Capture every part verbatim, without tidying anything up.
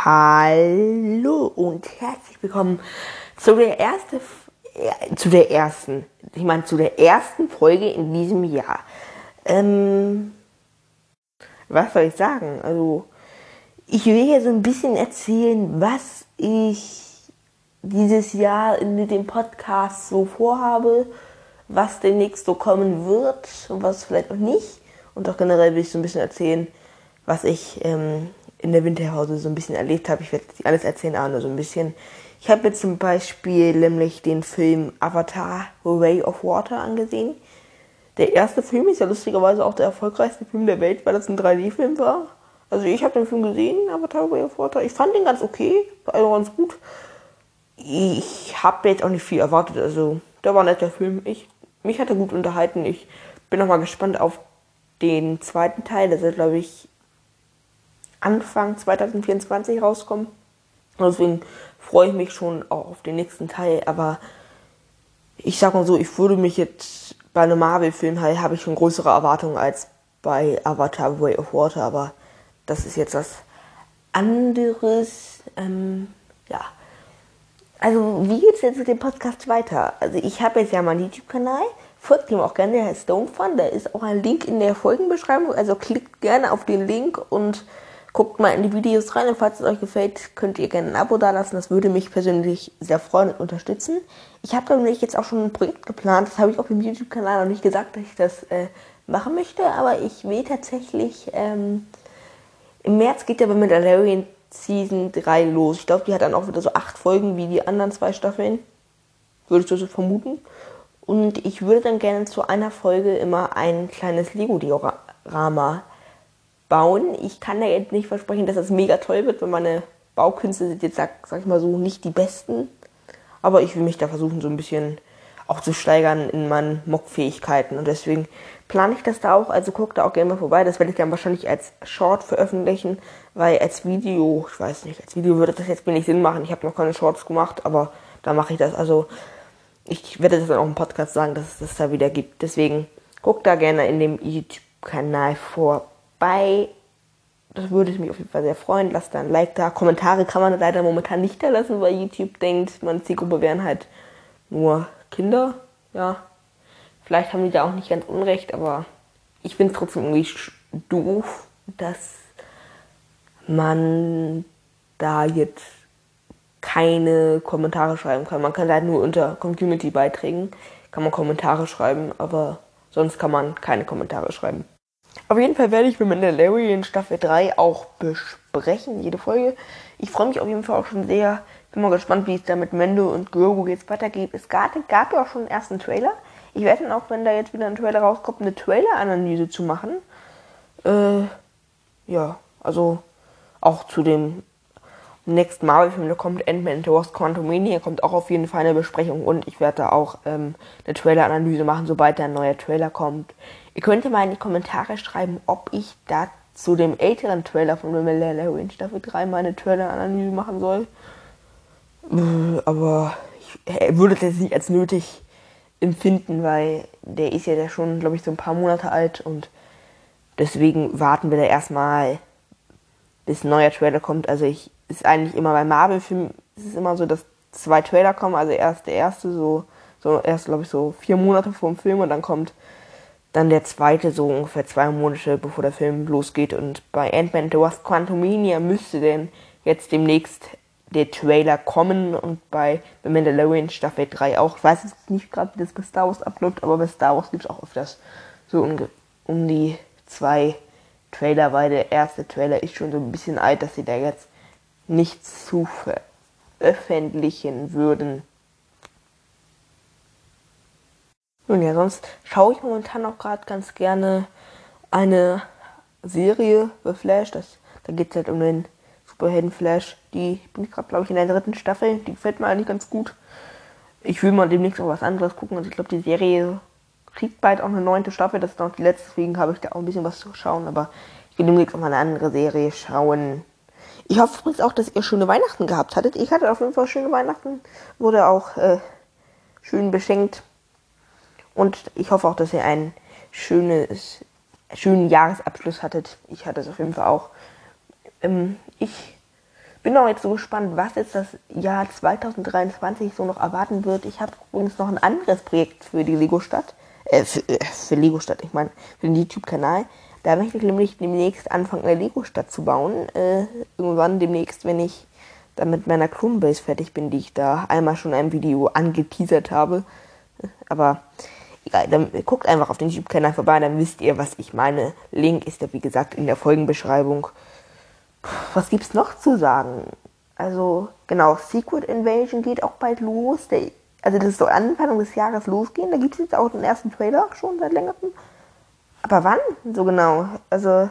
Hallo und herzlich willkommen zu der erste, äh, zu der ersten, ich meine zu der ersten Folge in diesem Jahr. Ähm, was soll ich sagen? Also ich will hier so ein bisschen erzählen, was ich dieses Jahr mit dem Podcast so vorhabe, was demnächst so kommen wird und was vielleicht noch nicht. Und auch generell will ich so ein bisschen erzählen, was ich ähm, in der Winterpause so ein bisschen erlebt habe. Ich werde nicht alles erzählen, aber nur so ein bisschen. Ich habe jetzt zum Beispiel nämlich den Film Avatar: Way of Water angesehen. Der erste Film ist ja lustigerweise auch der erfolgreichste Film der Welt, weil das ein drei D-Film war. Also ich habe den Film gesehen, Avatar: Way of Water. Ich fand den ganz okay, also ganz gut. Ich habe jetzt auch nicht viel erwartet, also der war ein netter Film. Ich, mich hat er gut unterhalten. Ich bin noch mal gespannt auf den zweiten Teil. Der soll, glaube ich, Anfang zwanzig vierundzwanzig rauskommen. Deswegen freue ich mich schon auch auf den nächsten Teil. Aber ich sag mal so, ich würde mich jetzt bei einem Marvel-Film halt, habe ich schon größere Erwartungen als bei Avatar: Way of Water. Aber das ist jetzt was anderes. Ähm, ja. Also, wie geht's jetzt mit dem Podcast weiter? Also, ich habe jetzt ja meinen YouTube-Kanal. Folgt ihm auch gerne, der heißt Stonefun. Da ist auch ein Link in der Folgenbeschreibung. Also, klickt gerne auf den Link und guckt mal in die Videos rein. Und falls es euch gefällt, könnt ihr gerne ein Abo dalassen. Das würde mich persönlich sehr freuen und unterstützen. Ich habe nämlich jetzt auch schon ein Projekt geplant. Das habe ich auf dem YouTube-Kanal noch nicht gesagt, dass ich das äh, machen möchte. Aber ich will tatsächlich... Ähm, Im März geht der bei Mandalorian Season drei los. Ich glaube, die hat dann auch wieder so acht Folgen wie die anderen zwei Staffeln. Würdest du so vermuten. Und ich würde dann gerne zu einer Folge immer ein kleines Lego-Diorama bauen. Ich kann da jetzt nicht versprechen, dass das mega toll wird, weil meine Baukünste sind jetzt, sag, sag ich mal so, nicht die besten. Aber ich will mich da versuchen, so ein bisschen auch zu steigern in meinen Mock-Fähigkeiten. Und deswegen plane ich das da auch. Also guckt da auch gerne mal vorbei. Das werde ich dann wahrscheinlich als Short veröffentlichen, weil als Video, ich weiß nicht, als Video würde das jetzt wenig Sinn machen. Ich habe noch keine Shorts gemacht, aber da mache ich das. Also ich werde das dann auch im Podcast sagen, dass es das da wieder gibt. Deswegen guckt da gerne in dem YouTube-Kanal vorbei. Das würde mich auf jeden Fall sehr freuen. Lasst da ein Like da. Kommentare kann man leider momentan nicht da lassen, weil YouTube denkt, meine Zielgruppe wären halt nur Kinder. Ja, vielleicht haben die da auch nicht ganz unrecht, aber ich finde es trotzdem irgendwie doof, dass man da jetzt keine Kommentare schreiben kann. Man kann halt nur unter Community-Beiträgen kann man Kommentare schreiben, aber sonst kann man keine Kommentare schreiben. Auf jeden Fall werde ich mit Mandalorian Staffel drei auch besprechen, jede Folge. Ich freue mich auf jeden Fall auch schon sehr. Bin mal gespannt, wie es da mit Mando und Grogu jetzt weitergeht. Es gab, gab ja auch schon einen ersten Trailer. Ich werde dann auch, wenn da jetzt wieder ein Trailer rauskommt, eine Trailer-Analyse zu machen. Äh, ja, also auch zu dem nächsten Marvel-Film, da kommt Ant-Man and the Wasp: Quantumania, kommt auch auf jeden Fall eine Besprechung und ich werde da auch ähm, eine Trailer-Analyse machen, sobald da ein neuer Trailer kommt. Ihr könnt mal in die Kommentare schreiben, ob ich da zu dem älteren Trailer von Mandalorian Staffel drei mal eine Trailer-Analyse machen soll. Aber ich würde das jetzt nicht als nötig empfinden, weil der ist ja schon, glaube ich, so ein paar Monate alt und deswegen warten wir da erstmal, bis ein neuer Trailer kommt. Also ich ist eigentlich immer bei Marvel-Filmen ist es immer so, dass zwei Trailer kommen. Also erst der erste so, so erst glaube ich so vier Monate vor dem Film und dann kommt dann der zweite so ungefähr zwei Monate bevor der Film losgeht. Und bei Ant-Man and the Wasp: Quantumania müsste denn jetzt demnächst der Trailer kommen und bei The Mandalorian Staffel drei auch. Ich weiß jetzt nicht gerade, wie das bei Star Wars abläuft, aber bei Star Wars gibt es auch öfters so um, um die zwei Trailer, weil der erste Trailer ist schon so ein bisschen alt, dass sie da jetzt nichts zu veröffentlichen würden. Nun ja, sonst schaue ich momentan auch gerade ganz gerne eine Serie The Flash. Das, da geht es halt um den Superhelden Flash. Die bin ich gerade, glaube ich, in der dritten Staffel. Die gefällt mir eigentlich ganz gut. Ich will mal demnächst auch was anderes gucken. Also ich glaube, die Serie kriegt bald auch eine neunte Staffel. Das ist noch die letzte, deswegen habe ich da auch ein bisschen was zu schauen. Aber ich will demnächst auch mal eine andere Serie schauen. Ich hoffe übrigens auch, dass ihr schöne Weihnachten gehabt hattet. Ich hatte auf jeden Fall schöne Weihnachten. Wurde auch äh, schön beschenkt. Und ich hoffe auch, dass ihr einen schönes, schönen Jahresabschluss hattet. Ich hatte es auf jeden Fall auch. Ähm, ich bin auch jetzt so gespannt, was jetzt das Jahr zwanzig dreiundzwanzig so noch erwarten wird. Ich habe übrigens noch ein anderes Projekt für die Lego-Stadt. Äh, für, äh, für Lego-Stadt, ich meine, für den YouTube-Kanal. Da möchte ich nämlich demnächst anfangen, eine Lego-Stadt zu bauen. Äh, irgendwann demnächst, wenn ich dann mit meiner Clone-Base fertig bin, die ich da einmal schon in einem Video angeteasert habe. Aber egal, dann guckt einfach auf den YouTube-Kanal vorbei, dann wisst ihr, was ich meine. Link ist ja, wie gesagt, in der Folgenbeschreibung. Was gibt's noch zu sagen? Also, genau, Secret Invasion geht auch bald los. Der, also, das soll Anfang des Jahres losgehen. Da gibt es jetzt auch den ersten Trailer schon seit längerem. Aber wann? So genau. Also,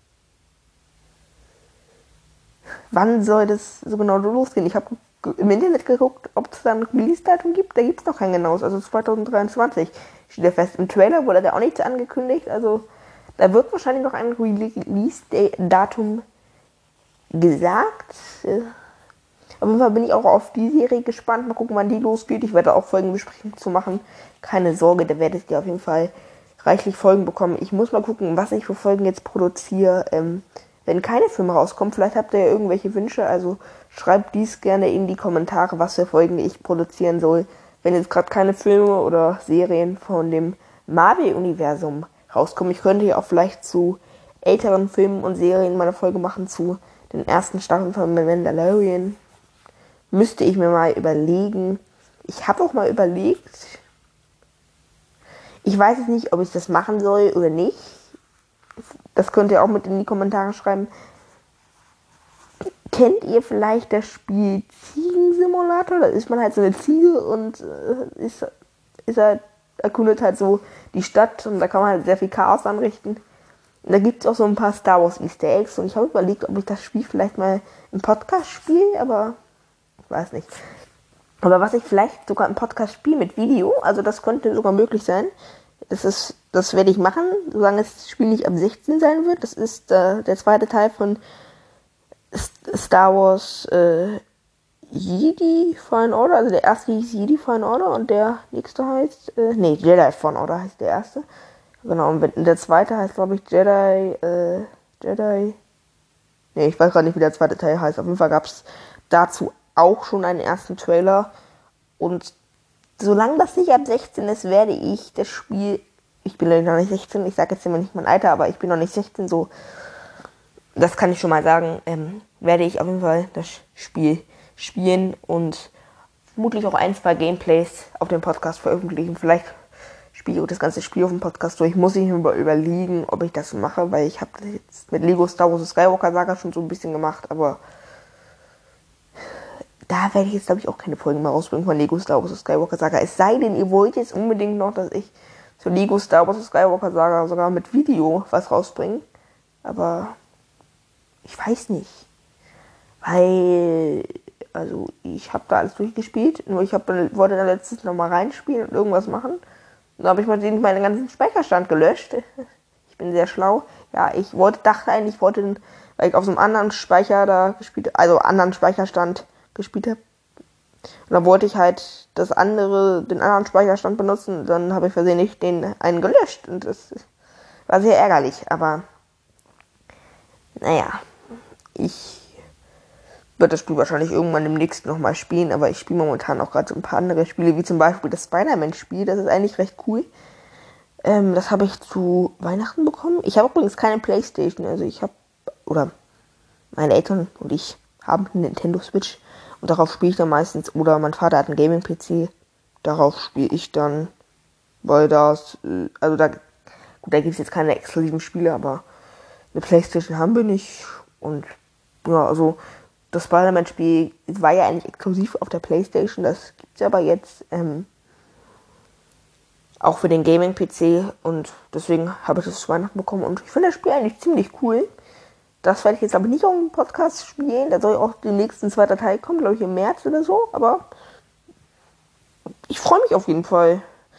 wann soll das so genau losgehen? Ich habe im Internet geguckt, ob es da ein Release-Datum gibt. Da gibt es noch kein genaues. Also zwanzig dreiundzwanzig steht ja fest. Im Trailer wurde da auch nichts angekündigt. Also da wird wahrscheinlich noch ein Release-Datum gesagt. Auf jeden Fall bin ich auch auf die Serie gespannt. Mal gucken, wann die losgeht. Ich werde auch Folgenbesprechungen zu machen. Keine Sorge, da werdet ihr auf jeden Fall reichlich Folgen bekommen. Ich muss mal gucken, was ich für Folgen jetzt produziere. Ähm, wenn keine Filme rauskommen, vielleicht habt ihr ja irgendwelche Wünsche. Also schreibt dies gerne in die Kommentare, was für Folgen ich produzieren soll. Wenn jetzt gerade keine Filme oder Serien von dem Marvel-Universum rauskommen. Ich könnte ja auch vielleicht zu älteren Filmen und Serien meine Folge machen zu den ersten Staffeln von Mandalorian. Müsste ich mir mal überlegen. Ich habe auch mal überlegt, ich weiß jetzt nicht, ob ich das machen soll oder nicht. Das könnt ihr auch mit in die Kommentare schreiben. Kennt ihr vielleicht das Spiel Ziegensimulator? Da ist man halt so eine Ziege und äh, ist, ist halt, erkundet halt so die Stadt und da kann man halt sehr viel Chaos anrichten. Und da gibt es auch so ein paar Star Wars Easter Eggs und ich habe überlegt, ob ich das Spiel vielleicht mal im Podcast spiele, aber ich weiß nicht. Aber was ich vielleicht sogar im Podcast spiele mit Video, also das könnte sogar möglich sein. Das ist, das werde ich machen, solange das Spiel nicht ab sechzehn sein wird. Das ist äh, der zweite Teil von Star Wars äh, Jedi Fallen Order. Also der erste hieß Jedi Fallen Order und der nächste heißt, äh, nee, Jedi Fallen Order heißt der erste. Genau, und der zweite heißt, glaube ich, Jedi, äh, Jedi, nee, ich weiß gerade nicht, wie der zweite Teil heißt. Auf jeden Fall gab es dazu auch schon einen ersten Trailer. Und solange das nicht ab sechzehn ist, werde ich das Spiel, ich bin noch nicht sechzehn, ich sage jetzt immer nicht mein Alter, aber ich bin noch nicht sechzehn, so, das kann ich schon mal sagen, ähm, werde ich auf jeden Fall das Spiel spielen und vermutlich auch ein, zwei Gameplays auf dem Podcast veröffentlichen. Vielleicht spiele ich auch das ganze Spiel auf dem Podcast durch. Muss ich mir mal überlegen, ob ich das mache, weil ich habe das jetzt mit Lego Star Wars Skywalker Saga schon so ein bisschen gemacht, aber da werde ich jetzt, glaube ich, auch keine Folgen mehr rausbringen von Lego Star Wars Skywalker Saga. Es sei denn, ihr wollt jetzt unbedingt noch, dass ich zu Lego Star Wars Skywalker Saga sogar mit Video was rausbringe. Aber ich weiß nicht. Weil, also ich habe da alles durchgespielt. Nur ich hab, wollte dann letztens nochmal reinspielen und irgendwas machen. Dann habe ich mal den, meinen ganzen Speicherstand gelöscht. Ich bin sehr schlau. Ja, ich wollte, dachte eigentlich, ich wollte, weil ich auf so einem anderen Speicher da gespielt habe, also anderen Speicherstand gespielt habe. Und dann wollte ich halt das andere, den anderen Speicherstand benutzen. Dann habe ich versehentlich den einen gelöscht. Und das war sehr ärgerlich. Aber naja, ich werde das Spiel wahrscheinlich irgendwann demnächst nochmal spielen. Aber ich spiele momentan auch gerade so ein paar andere Spiele, wie zum Beispiel das Spider-Man-Spiel. Das ist eigentlich recht cool. Ähm, das habe ich zu Weihnachten bekommen. Ich habe übrigens keine Playstation. Also ich habe, oder meine Eltern und ich haben eine Nintendo Switch. Und darauf spiele ich dann meistens, oder mein Vater hat einen Gaming-P C, darauf spiele ich dann, weil das, also da, gut, da gibt es jetzt keine exklusiven Spiele, aber eine Playstation haben wir nicht. Und ja, also das Spider-Man-Spiel war ja eigentlich exklusiv auf der Playstation, das gibt es aber jetzt ähm, auch für den Gaming-P C und deswegen habe ich das zu Weihnachten bekommen und ich finde das Spiel eigentlich ziemlich cool. Das werde ich jetzt aber nicht auf dem Podcast spielen. Da soll auch demnächst ein zweiter Teil kommen, glaube ich im März oder so. Aber ich freue mich auf jeden Fall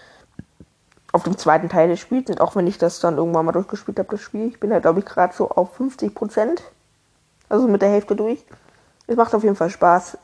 auf den zweiten Teil des Spiels. Und auch wenn ich das dann irgendwann mal durchgespielt habe, das Spiel. Ich bin da, glaube ich, gerade so auf fünfzig Prozent. Also mit der Hälfte durch. Es macht auf jeden Fall Spaß.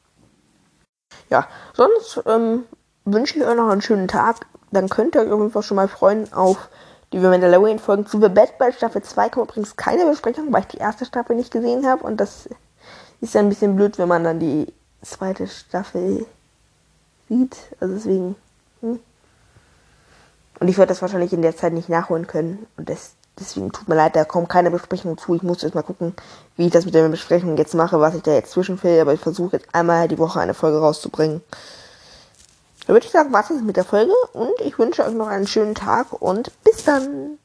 Ja, sonst ähm, wünsche ich euch noch einen schönen Tag. Dann könnt ihr euch auf jeden Fall schon mal freuen auf die Mandalorian-Folgen. Zu The Bad Batch Staffel zwei kommt übrigens keine Besprechung, weil ich die erste Staffel nicht gesehen habe und das Ist ja ein bisschen blöd, wenn man dann die zweite Staffel sieht. Also deswegen. Hm. Und ich werde das wahrscheinlich in der Zeit nicht nachholen können. Und das, deswegen tut mir leid, da kommt keine Besprechung zu. Ich muss jetzt mal gucken, wie ich das mit der Besprechung jetzt mache, was ich da jetzt zwischenfälle. Aber ich versuche jetzt einmal die Woche eine Folge rauszubringen. Dann würde ich sagen, was ist mit der Folge? Und ich wünsche euch noch einen schönen Tag und bis dann.